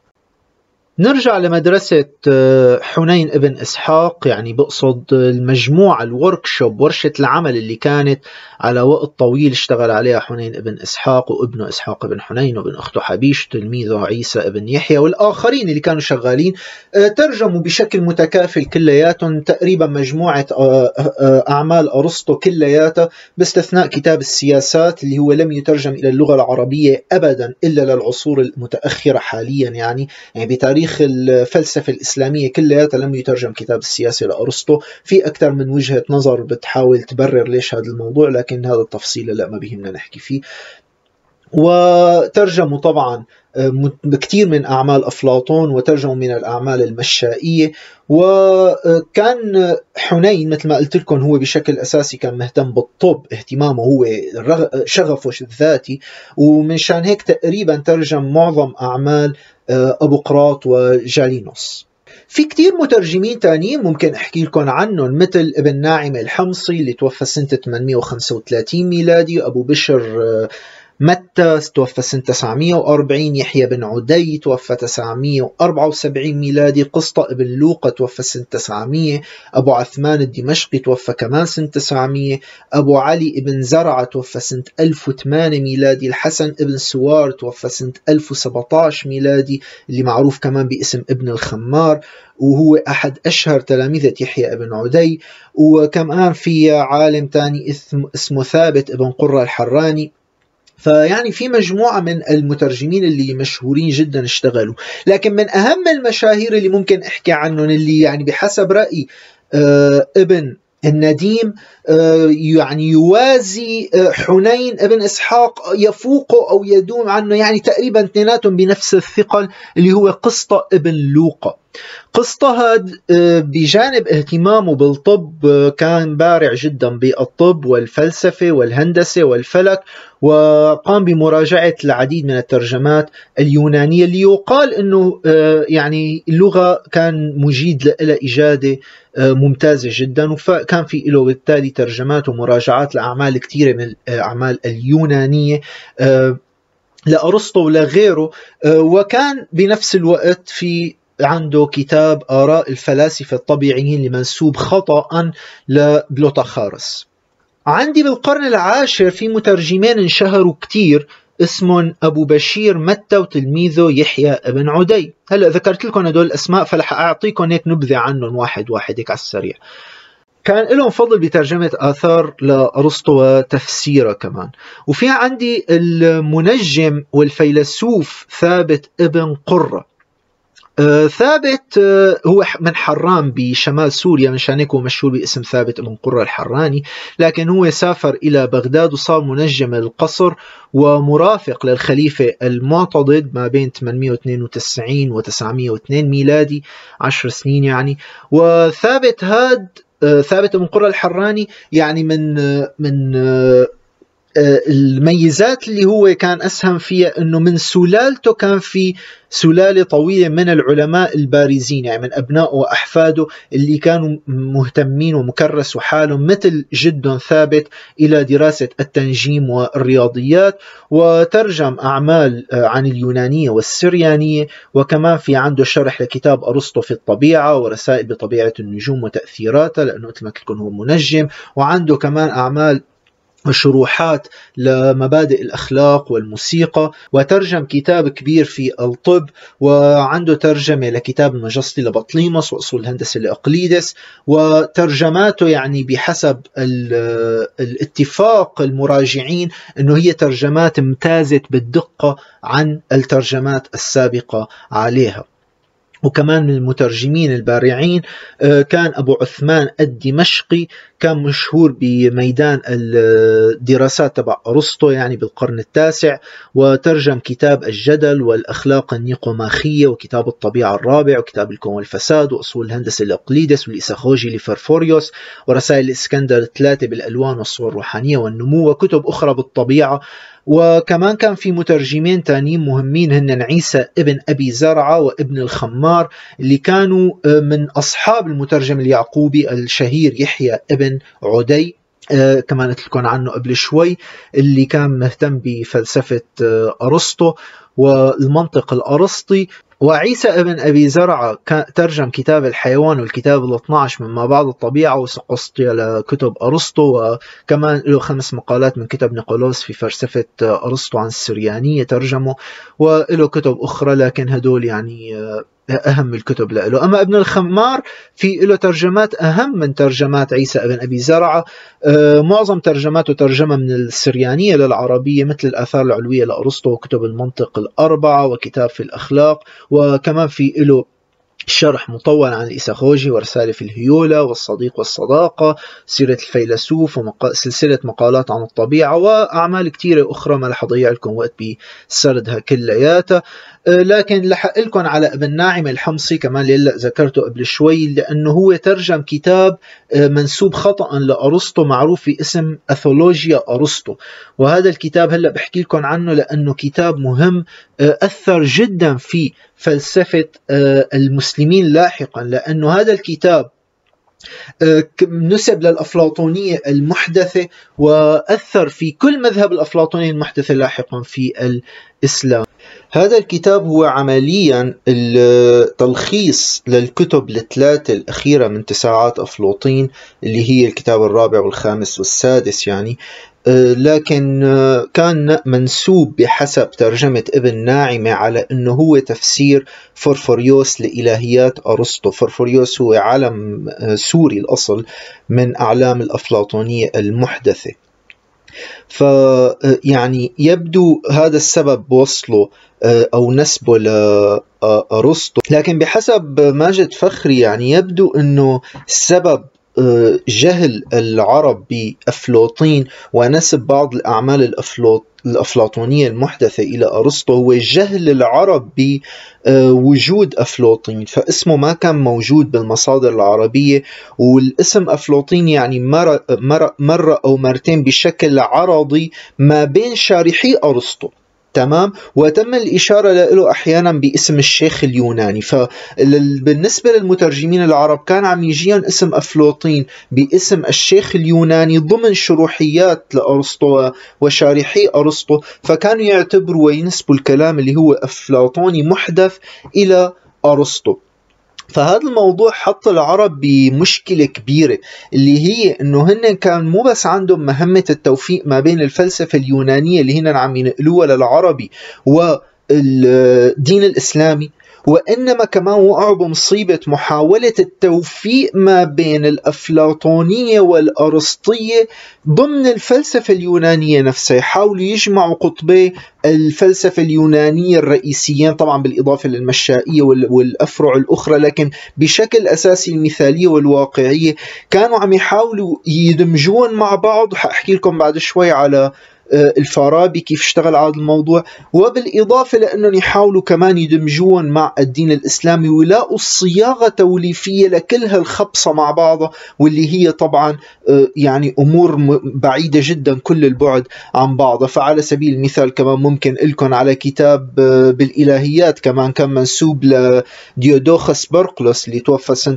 نرجع لمدرسة حنين ابن إسحاق، يعني بقصد المجموعة الوركشوب، ورشة العمل اللي كانت على وقت طويل اشتغل عليها حنين ابن إسحاق وابنه إسحاق ابن حنين وابن أخته حبيش تلميذه عيسى ابن يحيى والآخرين اللي كانوا شغالين. ترجموا بشكل متكافل كلياتهم تقريبا مجموعة أعمال أرسطو كلياتها، باستثناء كتاب السياسات اللي هو لم يترجم إلى اللغة العربية أبدا إلا للعصور المتأخرة حاليا، يعني بتاريخ الفلسفة الإسلامية كلها لم يترجم كتاب السياسة لأرسطو. في أكثر من وجهة نظر بتحاول تبرر ليش هذا الموضوع، لكن هذا التفصيل لا ما بيهمنا نحكي فيه. وترجموا طبعا كثير من أعمال أفلاطون، وترجموا من الأعمال المشائية. وكان حنين مثل ما قلت لكم هو بشكل أساسي كان مهتم بالطب، اهتمامه هو شغفه الذاتي، ومن شان هيك تقريبا ترجم معظم أعمال أبو قراط وجالينوس. في كتير مترجمين تانيين ممكن أحكي لكم عنهم، مثل ابن ناعم الحمصي اللي توفى سنة 835 ميلادي، أبو بشر متى توفى سنة 940، يحيى بن عدي توفى 974 ميلادي، قسطة ابن لوقا توفى سنة 900، أبو عثمان الدمشقي توفى كمان سنة 900، أبو علي ابن زرعة توفى سنة 1008 ميلادي، الحسن ابن سوار توفى سنة 1017 ميلادي اللي معروف كمان باسم ابن الخمار، وهو أحد أشهر تلاميذة يحيى ابن عدي. وكمان في عالم تاني اسمه ثابت ابن قرة الحراني. فيعني في مجموعة من المترجمين اللي مشهورين جدا اشتغلوا. لكن من أهم المشاهير اللي ممكن أحكي عنهم، اللي يعني بحسب رأيي ابن النديم يعني يوازي حنين ابن إسحاق، يفوقه أو يدوم عنه، يعني تقريبا اثنيناتهم بنفس الثقل، اللي هو قسطة ابن لوقا. قسطة هاد بجانب اهتمامه بالطب كان بارع جدا بالطب والفلسفة والهندسة والفلك، وقام بمراجعة العديد من الترجمات اليونانية اللي يقال أنه يعني اللغة كان مجيد لها إجادة ممتازة جدا، وكان في له بالتالي ترجمات ومراجعات لأعمال كثيرة من الأعمال اليونانية لأرسطو ولغيره. وكان بنفس الوقت في عنده كتاب آراء الفلاسفة الطبيعيين لمنسوب خطأ لبلوتاخارس. عندي بالقرن العاشر في مترجمين انشهروا كتير، اسمهم أبو بشير متى وتلميذه يحيى ابن عدي. هلأ ذكرت لكم هدول الأسماء، فلح أعطيكم هيك نبذة عنهم واحد واحد هيك على السريع. كان لهم فضل بترجمة آثار لأرسطو وتفسيره كمان. وفي عندي المنجم والفيلسوف ثابت ابن قرة. ثابت هو من حران بشمال سوريا، من شان هيك هو مشهور باسم ثابت بن قرة الحراني، لكن هو سافر إلى بغداد وصار منجم القصر ومرافق للخليفة المعتضد ما بين 892 و 902 ميلادي، 10 سنين يعني. وثابت ثابت بن قرة الحراني يعني من الميزات اللي هو كان أسهم فيها أنه من سلالته كان في سلالة طويلة من العلماء البارزين، يعني من أبنائه وأحفاده اللي كانوا مهتمين ومكرسوا حالهم مثل جدهم ثابت إلى دراسة التنجيم والرياضيات، وترجم أعمال عن اليونانية والسريانية. وكمان في عنده شرح لكتاب أرسطو في الطبيعة ورسائل بطبيعة النجوم وتأثيراتها، لأنه مثل ما قلت لكم هو منجم. وعنده كمان أعمال وشروحات لمبادئ الأخلاق والموسيقى، وترجم كتاب كبير في الطب، وعنده ترجمة لكتاب المجسطي لبطليموس وأصول الهندسة لأقليدس، وترجماته يعني بحسب الاتفاق المراجعين أنه هي ترجمات امتازت بالدقة عن الترجمات السابقة عليها. وكمان من المترجمين البارعين كان أبو عثمان الدمشقي، كان مشهور بميدان الدراسات تبع أرسطو يعني بالقرن التاسع، وترجم كتاب الجدل والأخلاق النيقوماخية وكتاب الطبيعة الرابع وكتاب الكون والفساد وأصول الهندسة لأقليدس والإيساخوجي لفرفوريوس ورسائل الإسكندر الثلاثة بالألوان والصور الروحانية والنمو وكتب أخرى بالطبيعة. وكمان كان في مترجمين تانيين مهمين هن عيسى ابن أبي زرعة وابن الخمار اللي كانوا من أصحاب المترجم اليعقوبي الشهير يحيى ابن عدي، كمان قلت لكم عنه قبل شوي، اللي كان مهتم بفلسفة أرسطو والمنطق الأرسطي. وعيسى ابن أبي زرعة ترجم كتاب الحيوان والكتاب ال12 مما بعد الطبيعة وسقسطية لكتب أرسطو، وكمان له 5 مقالات من كتب نيقولوس في فلسفة أرسطو عن السريانية ترجمه، وله كتب أخرى لكن هدول يعني أهم الكتب له. أما ابن الخمار في له ترجمات أهم من ترجمات عيسى ابن أبي زرعة، معظم ترجماته ترجمة من السريانية للعربية مثل الآثار العلوية لأرسطو وكتب المنطق الأربعة وكتاب في الأخلاق، وكمان في له شرح مطول عن الإيساخوجي ورسالة في الهيولة والصديق والصداقة، سيرة الفيلسوف وسلسلة مقالات عن الطبيعة وأعمال كتيرة أخرى ما رح أضيع لكم وقت بسردها كلياتها. لكن لحق لكم على ابن ناعم الحمصي كمان اللي هلا ذكرته قبل شوي، لأنه هو ترجم كتاب منسوب خطأ لأرسطو معروف في اسم أثولوجيا أرسطو، وهذا الكتاب هلا بحكي لكم عنه لأنه كتاب مهم أثر جدا في فلسفة المسلمين لاحقا، لأنه هذا الكتاب نسب للأفلاطونية المحدثة وأثر في كل مذهب الأفلاطونية المحدثة لاحقا في الإسلام. هذا الكتاب هو عمليا التلخيص للكتب الثلاثة الأخيرة من تساعات أفلاطين اللي هي الكتاب الرابع والخامس والسادس يعني، لكن كان منسوب بحسب ترجمة ابن ناعمة على أنه هو تفسير فرفوريوس لإلهيات أرسطو. فرفوريوس هو عالم سوري الأصل من أعلام الأفلاطونية المحدثة، فيعني يبدو هذا السبب وصله أو نسبه لأرسطو. لكن بحسب ماجد فخري يعني يبدو أنه السبب جهل العرب بأفلاطين ونسب بعض الأعمال الأفلاطونية المحدثة إلى أرسطو هو جهل العرب بوجود أفلاطين، فاسمه ما كان موجود بالمصادر العربية، والاسم أفلاطين يعني مرة أو مرتين بشكل عرضي ما بين شارحي أرسطو، تمام، وتم الإشارة له أحيانا باسم الشيخ اليوناني. فبالنسبة للمترجمين العرب كان عم يجيهم اسم أفلاطين باسم الشيخ اليوناني ضمن شروحيات لأرسطو وشارحي أرسطو، فكانوا يعتبروا وينسبوا الكلام اللي هو أفلاطوني محدث إلى أرسطو. فهذا الموضوع حط العرب بمشكلة كبيرة، اللي هي انه هن كان مو بس عندهم مهمة التوفيق ما بين الفلسفة اليونانية اللي هن عم ينقلوها للعربي والدين الإسلامي، وإنما كمان وقعوا بمصيبة محاولة التوفيق ما بين الأفلاطونية والأرسطية ضمن الفلسفة اليونانية نفسها. يحاولوا يجمعوا قطبي الفلسفة اليونانية الرئيسيين طبعا بالإضافة للمشائية والأفرع الأخرى، لكن بشكل أساسي المثالية والواقعية كانوا عم يحاولوا يدمجون مع بعض. وحأحكي لكم بعد شوي على الفارابي كيف اشتغل على الموضوع، وبالإضافة لأنهم يحاولوا كمان يدمجون مع الدين الإسلامي ويلاقوا الصياغة توليفية لكل هالخبصة مع بعضها، واللي هي طبعا يعني أمور بعيدة جدا كل البعد عن بعضها. فعلى سبيل المثال كمان ممكن لكم على كتاب بالإلهيات كمان كان منسوب لديودوخس برقلس اللي توفى سنة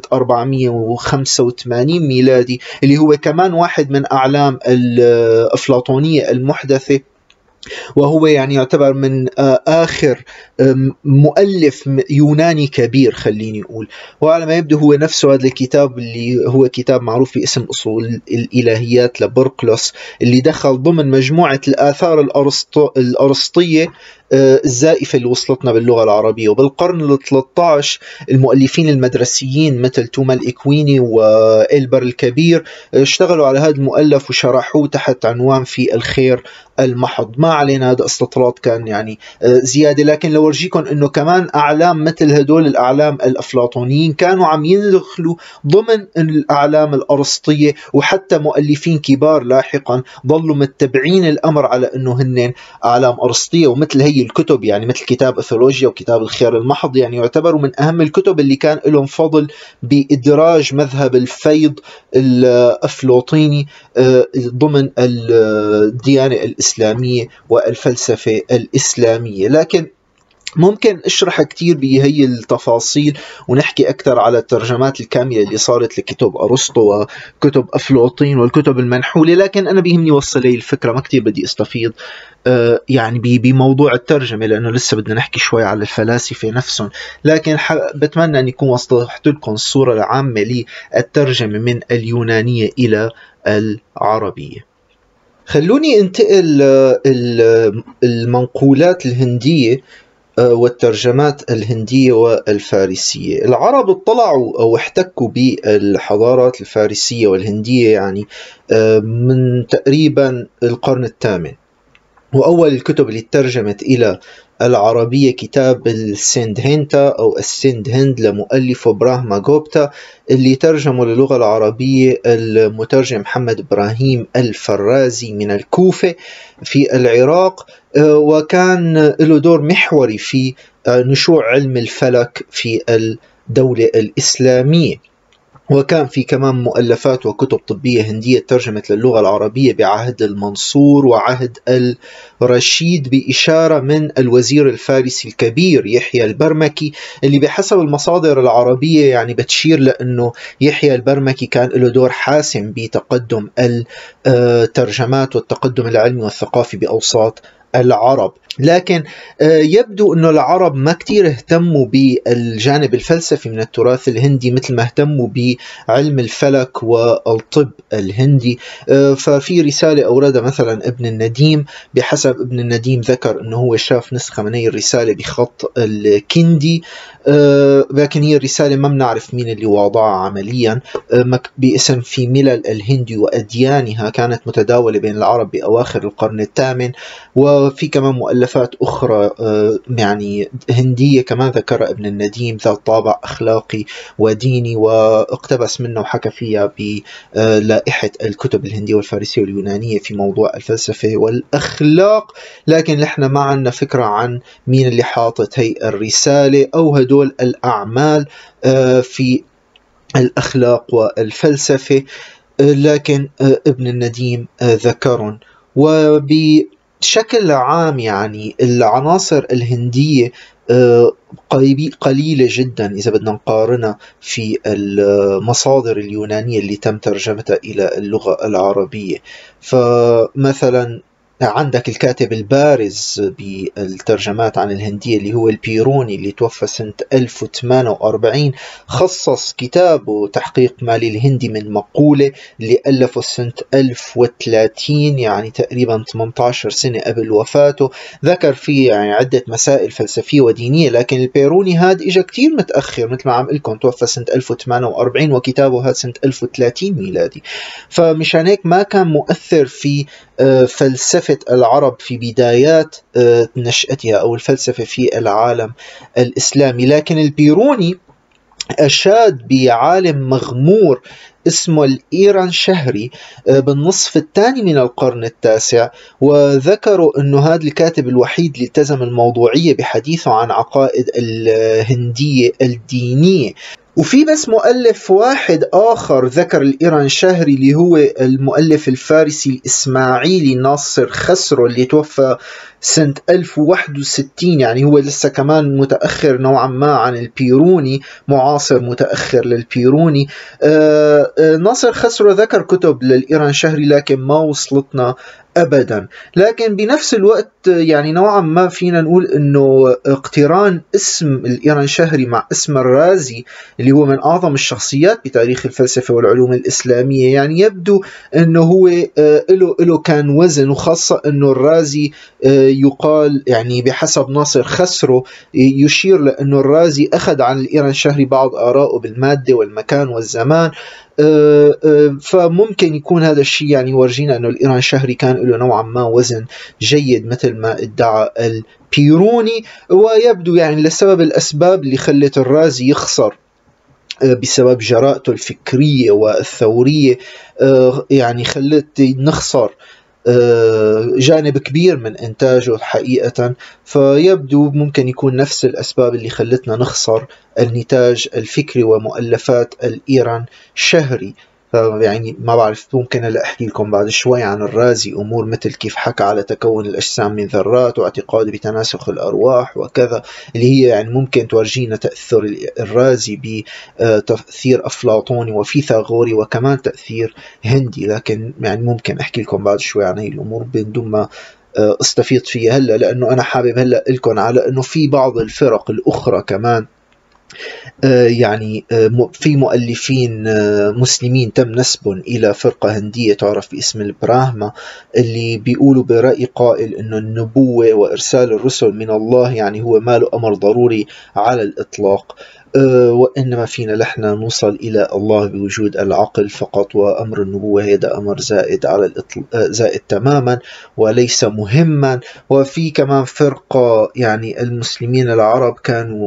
485 ميلادي، اللي هو كمان واحد من أعلام الأفلاطونية المحدثة، وهو يعني يعتبر من آخر مؤلف يوناني كبير خليني أقول. وعلى ما يبدو هو نفسه هذا الكتاب اللي هو كتاب معروف باسم أصول الإلهيات لبرقلس، اللي دخل ضمن مجموعة الآثار الأرسطية الزائفة اللي وصلتنا باللغة العربية. وبالقرن ال13 المؤلفين المدرسيين مثل توما الإكويني وإلبر الكبير اشتغلوا على هذا المؤلف وشرحوه تحت عنوان في الخير المحض. ما علينا، هذا استطراد كان يعني زيادة. لكن لو ارجيكم انه كمان اعلام مثل هدول الاعلام الافلاطونيين كانوا عم يدخلوا ضمن الاعلام الارسطية، وحتى مؤلفين كبار لاحقا ضلوا متبعين الامر على انه هن اعلام ارسطية. ومثل هي الكتب يعني مثل كتاب اثولوجيا وكتاب الخير المحض يعني يعتبروا من اهم الكتب اللي كان لهم فضل بادراج مذهب الفيض الافلاطيني ضمن الديانة الإسلامية والفلسفة الإسلامية. لكن ممكن اشرح كتير بهي التفاصيل ونحكي أكثر على الترجمات الكاملة اللي صارت لكتب أرسطو وكتب أفلاطين والكتب المنحولة، لكن أنا بيهمني وصل لي الفكرة، ما كتير بدي استفيض يعني بموضوع الترجمة لأنه لسه بدنا نحكي شوي على الفلاسفة نفسهم. لكن بتمنى أن يكون وصلت لكم الصورة العامة للترجمة من اليونانية إلى العربية. خلوني انتقل المنقولات الهندية والترجمات الهندية والفارسية. العرب اطلعوا أو احتكوا بالحضارات الفارسية والهندية يعني من تقريبا القرن الثامن. وأول الكتب اللي ترجمت إلى العربية كتاب السندهنتا أو السندهند لمؤلفه براهما غوبتا، اللي ترجمه للغة العربية المترجم محمد إبراهيم الفرازي من الكوفة في العراق. وكان له دور محوري في نشوع علم الفلك في الدولة الإسلامية. وكان في كمان مؤلفات وكتب طبية هندية ترجمت للغة العربية بعهد المنصور وعهد الرشيد بإشارة من الوزير الفارسي الكبير يحيى البرمكي، اللي بحسب المصادر العربية يعني بتشير لأنه يحيى البرمكي كان له دور حاسم بتقدم الترجمات والتقدم العلمي والثقافي بأوساط العرب. لكن يبدو أن العرب ما كتير اهتموا بالجانب الفلسفي من التراث الهندي مثل ما اهتموا بعلم الفلك والطب الهندي. ففي رسالة أوردها مثلا ابن النديم، بحسب ابن النديم ذكر أنه هو شاف نسخة من هي الرسالة بخط الكندي، لكن هي الرسالة ما بنعرف مين اللي وضعها عمليا، باسم في ملل الهندي وأديانها، كانت متداولة بين العرب بأواخر القرن الثامن. وفي كمان مؤلفات أخرى يعني هندية كمان ذكر ابن النديم ذات طابع أخلاقي وديني، واقتبس منه وحكى فيها بلائحة الكتب الهندية والفارسية واليونانية في موضوع الفلسفة والأخلاق. لكن نحن ما عندنا فكرة عن مين اللي حاطط هي الرسالة أو هدول الأعمال في الأخلاق والفلسفة، لكن ابن النديم ذكرهم. وبشكل عام يعني العناصر الهندية قليلة جدا إذا بدنا نقارنها في المصادر اليونانية اللي تم ترجمتها إلى اللغة العربية. فمثلا عندك الكاتب البارز بالترجمات عن الهندية اللي هو البيروني اللي توفى سنة 1048، خصص كتابه تحقيق مالي الهندي من مقولة اللي ألفه سنة 1030 يعني تقريبا 18 سنة قبل وفاته. ذكر فيه يعني عدة مسائل فلسفية ودينية، لكن البيروني هاد إجا كتير متأخر مثل ما عم لكم، توفى سنة 1048 وكتابه هاد سنة 1030 ميلادي. فمشان هيك ما كان مؤثر في فلسفة العرب في بدايات نشأتها أو الفلسفة في العالم الإسلامي. لكن البيروني أشاد بعالم مغمور اسمه الإيرانشهري بالنصف الثاني من القرن التاسع، وذكروا أنه هذا الكاتب الوحيد اللي التزم الموضوعية بحديثه عن عقائد الهندية الدينية. وفي بس مؤلف واحد آخر ذكر الإيرانشهري اللي هو المؤلف الفارسي الإسماعيلي ناصر خسرو اللي توفى سنة 1061، يعني هو لسه كمان متأخر نوعا ما عن البيروني، معاصر متأخر للبيروني. ناصر خسرو ذكر كتب للإيرانشهري لكن ما وصلتنا أبدا. لكن بنفس الوقت يعني نوعا ما فينا نقول أنه اقتران اسم الإيرانشهري مع اسم الرازي اللي هو من أعظم الشخصيات بتاريخ الفلسفة والعلوم الإسلامية، يعني يبدو أنه هو له كان وزن، وخاصة أنه الرازي يقال يعني بحسب ناصر خسرو يشير لأنه الرازي أخذ عن الإيرانشهري بعض آراءه بالمادة والمكان والزمان. فممكن يكون هذا الشيء يعني يورجينا أنه الإيرانشهري كان له نوعا ما وزن جيد مثل ما ادعى البيروني، ويبدو يعني لسبب الأسباب اللي خلت الرازي يخسر بسبب جرأته الفكرية والثورية، يعني خلت نخسر جانب كبير من إنتاجه حقيقة. فيبدو ممكن يكون نفس الأسباب اللي خلتنا نخسر النتاج الفكري ومؤلفات الإيرانشهري. يعني ما بعرف، ممكن هلا احكي لكم بعد شوي عن الرازي امور مثل كيف حكى على تكون الاجسام من ذرات واعتقاده بتناسخ الارواح وكذا، اللي هي يعني ممكن تورجينا تاثر الرازي بتاثير افلاطوني وفيثاغوري وكمان تاثير هندي. لكن يعني ممكن احكي لكم بعد شوي عن هي الامور بدون ما استفيض فيها هلا، لانه انا حابب هلا لكم على انه في بعض الفرق الاخرى كمان يعني في مؤلفين مسلمين تم نسبهم إلى فرقة هندية تعرف باسم البراهما، اللي بيقولوا برأي قائل أنه النبوة وإرسال الرسل من الله يعني هو ما له أمر ضروري على الإطلاق، وإنما فينا نحن نوصل إلى الله بوجود العقل فقط، وأمر النبوة هذا أمر زائد على زائد تماما وليس مهما. وفي كمان فرقة يعني المسلمين العرب كانوا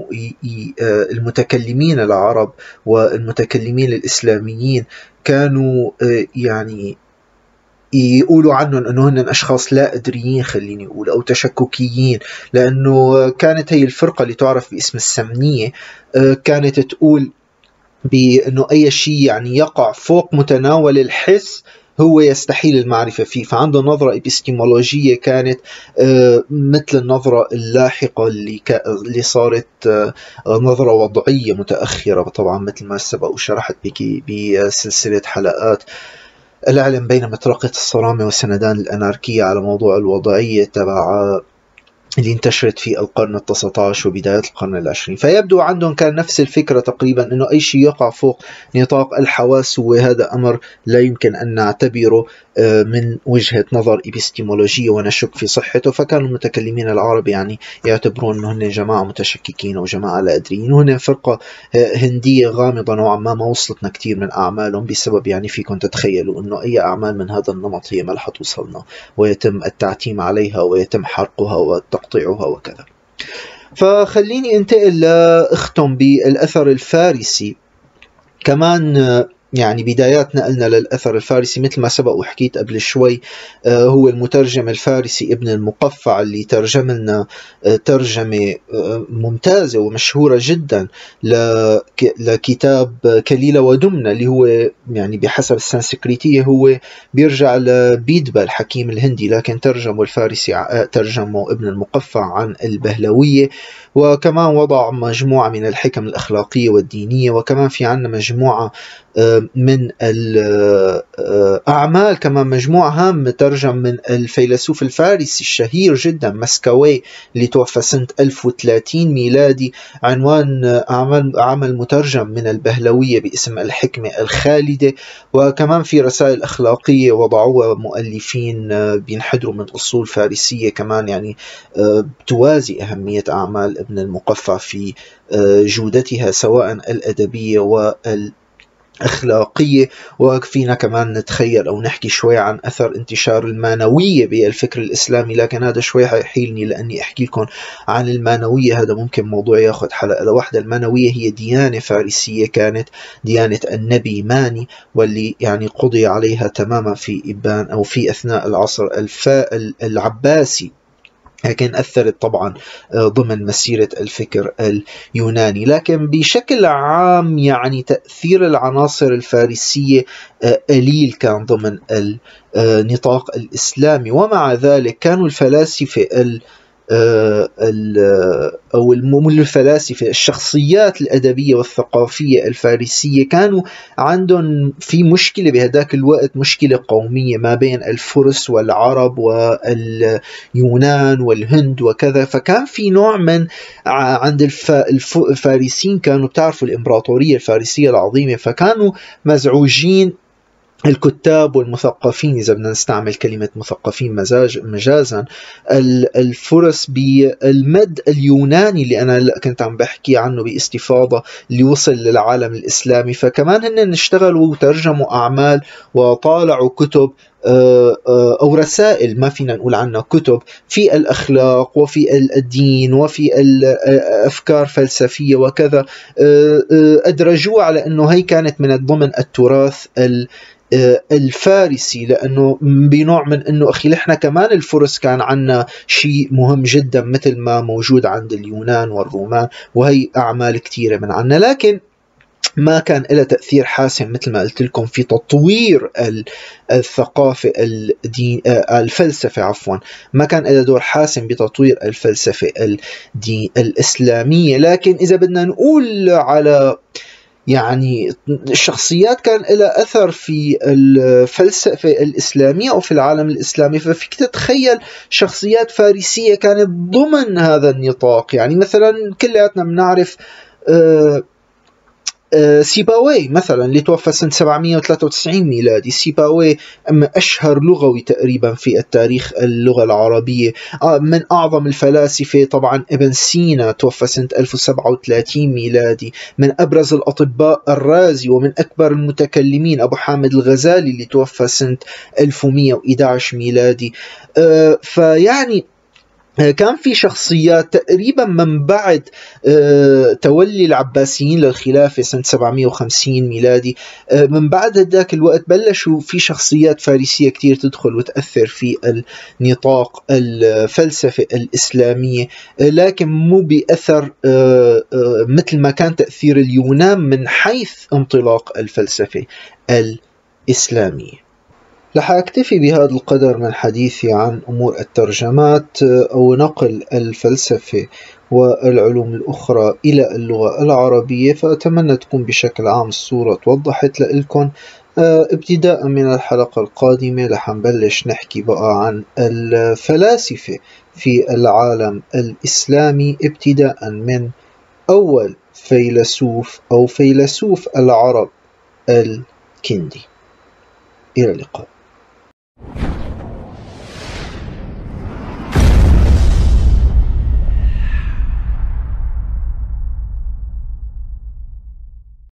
المتكلمين العرب والمتكلمين الإسلاميين كانوا يعني يقولوا عنهم أنه هن أشخاص لا أدريين، خليني أقول، أو تشككيين، لأنه كانت هي الفرقة اللي تعرف باسم السمنية كانت تقول بأنه أي شيء يعني يقع فوق متناول الحس هو يستحيل المعرفة فيه. فعنده نظرة إبستيمولوجية كانت مثل النظرة اللاحقة اللي صارت نظرة وضعية متأخرة، طبعا مثل ما سبق وشرحت بسلسلة حلقات العلم بين مطرقة الصرامة وسندان الأناركية على موضوع الوضعية تبع اللي انتشرت في القرن ال19 وبداية القرن العشرين. فيبدو عندهم كان نفس الفكرة تقريبا، أنه أي شيء يقع فوق نطاق الحواس وهذا أمر لا يمكن أن نعتبره من وجهة نظر إبستيمولوجية ونشك في صحته. فكانوا المتكلمين العرب يعني يعتبرون أنه هن جماعة متشككين أو جماعة لا أدريين، وهن فرقة هندية غامضة نوعا ما وصلتنا كثير من أعمالهم بسبب يعني فيكم تتخيلوا أنه أي أعمال من هذا النمط هي ما رح توصلنا ويتم التعتيم عليها ويتم حرقها وتقطيعها وكذا. فخليني انتقل لأختم بالأثر الفارسي كمان. يعني بدايات نقلنا للأثر الفارسي مثل ما سبق وحكيت قبل شوي، هو المترجم الفارسي ابن المقفع اللي ترجم لنا ترجمة ممتازة ومشهورة جدا لكتاب كليلة ودمنة، اللي هو يعني بحسب السنسكريتية هو بيرجع لبيدبا الحكيم الهندي، لكن ترجمه الفارسي ترجمه ابن المقفع عن البهلوية. وكمان وضع مجموعة من الحكم الأخلاقية والدينية، وكمان في عنا مجموعة من الأعمال كمان مجموعة هامة ترجم من الفيلسوف الفارسي الشهير جدا مسكوي اللي توفى سنة 1030 ميلادي. عنوان عمل مترجم من البهلوية باسم الحكمة الخالدة. وكمان في رسائل أخلاقية وضعوها مؤلفين بينحدروا من أصول فارسية كمان يعني توازي أهمية أعمال ابن المقفع في جودتها سواء الأدبية والأخلاقية. وفينا كمان نتخيل أو نحكي شوي عن أثر انتشار المانوية بالفكر الإسلامي، لكن هذا شوي حيحيلني لأني أحكي لكم عن المانوية، هذا ممكن موضوع ياخذ حلقة لوحدة. المانوية هي ديانة فارسية كانت ديانة النبي ماني، واللي يعني قضي عليها تماما في إبان أو في أثناء العصر العباسي، لكن أثرت طبعا ضمن مسيرة الفكر اليوناني. لكن بشكل عام يعني تأثير العناصر الفارسية قليل كان ضمن النطاق الإسلامي، ومع ذلك كانوا الفلاسفة أو الفلاسفة، الشخصيات الأدبية والثقافية الفارسية كانوا عندهم في مشكلة بهداك الوقت، مشكلة قومية ما بين الفرس والعرب واليونان والهند وكذا. فكان في نوع من عند الفارسيين، كانوا بتعرفوا الإمبراطورية الفارسية العظيمة، فكانوا مزعوجين الكتاب والمثقفين، إذا بدنا نستعمل كلمة مثقفين مجازا، الفرس بالمد اليوناني اللي أنا كنت عم بحكي عنه باستفاضة اللي وصل للعالم الإسلامي. فكمان هن اشتغلوا وترجموا أعمال وطالعوا كتب أو رسائل، ما فينا نقول عنها كتب، في الأخلاق وفي الدين وفي الأفكار فلسفية وكذا، أدرجوها على أنه هي كانت من ضمن التراث الفارسي، لأنه بنوع من أنه أخي إحنا كمان الفرس كان عنا شيء مهم جدا مثل ما موجود عند اليونان والرومان، وهي أعمال كثيرة من عنا، لكن ما كان لها تأثير حاسم مثل ما قلت لكم في تطوير الثقافة الفلسفة عفوا، ما كان لها دور حاسم بتطوير الفلسفة الإسلامية. لكن إذا بدنا نقول على يعني الشخصيات كان لها أثر في الفلسفة الإسلامية أو في العالم الإسلامي، ففيك تتخيل شخصيات فارسية كانت ضمن هذا النطاق. يعني مثلا كلياتنا بنعرف سيباوي مثلا اللي توفى سنة 793 ميلادي. سيباوي أشهر لغوي تقريبا في التاريخ اللغة العربية، من أعظم الفلاسفة. طبعا ابن سينا توفى سنة 1037 ميلادي، من أبرز الأطباء الرازي، ومن أكبر المتكلمين أبو حامد الغزالي اللي توفى سنة 1111 ميلادي. فيعني كان في شخصيات تقريبا من بعد تولي العباسيين للخلافة سنة 750 ميلادي، من بعد ذاك الوقت بلشوا في شخصيات فارسية كتير تدخل وتأثر في النطاق الفلسفة الإسلامية، لكن مو بأثر مثل ما كان تأثير اليونان من حيث انطلاق الفلسفة الإسلامية. رح أكتفي بهذا القدر من حديثي عن أمور الترجمات أو نقل الفلسفة والعلوم الأخرى إلى اللغة العربية، فأتمنى تكون بشكل عام الصورة توضحت لكم. ابتداء من الحلقة القادمة رح نبلش نحكي بقى عن الفلاسفة في العالم الإسلامي، ابتداء من أول فيلسوف أو فيلسوف العرب الكندي. إلى اللقاء.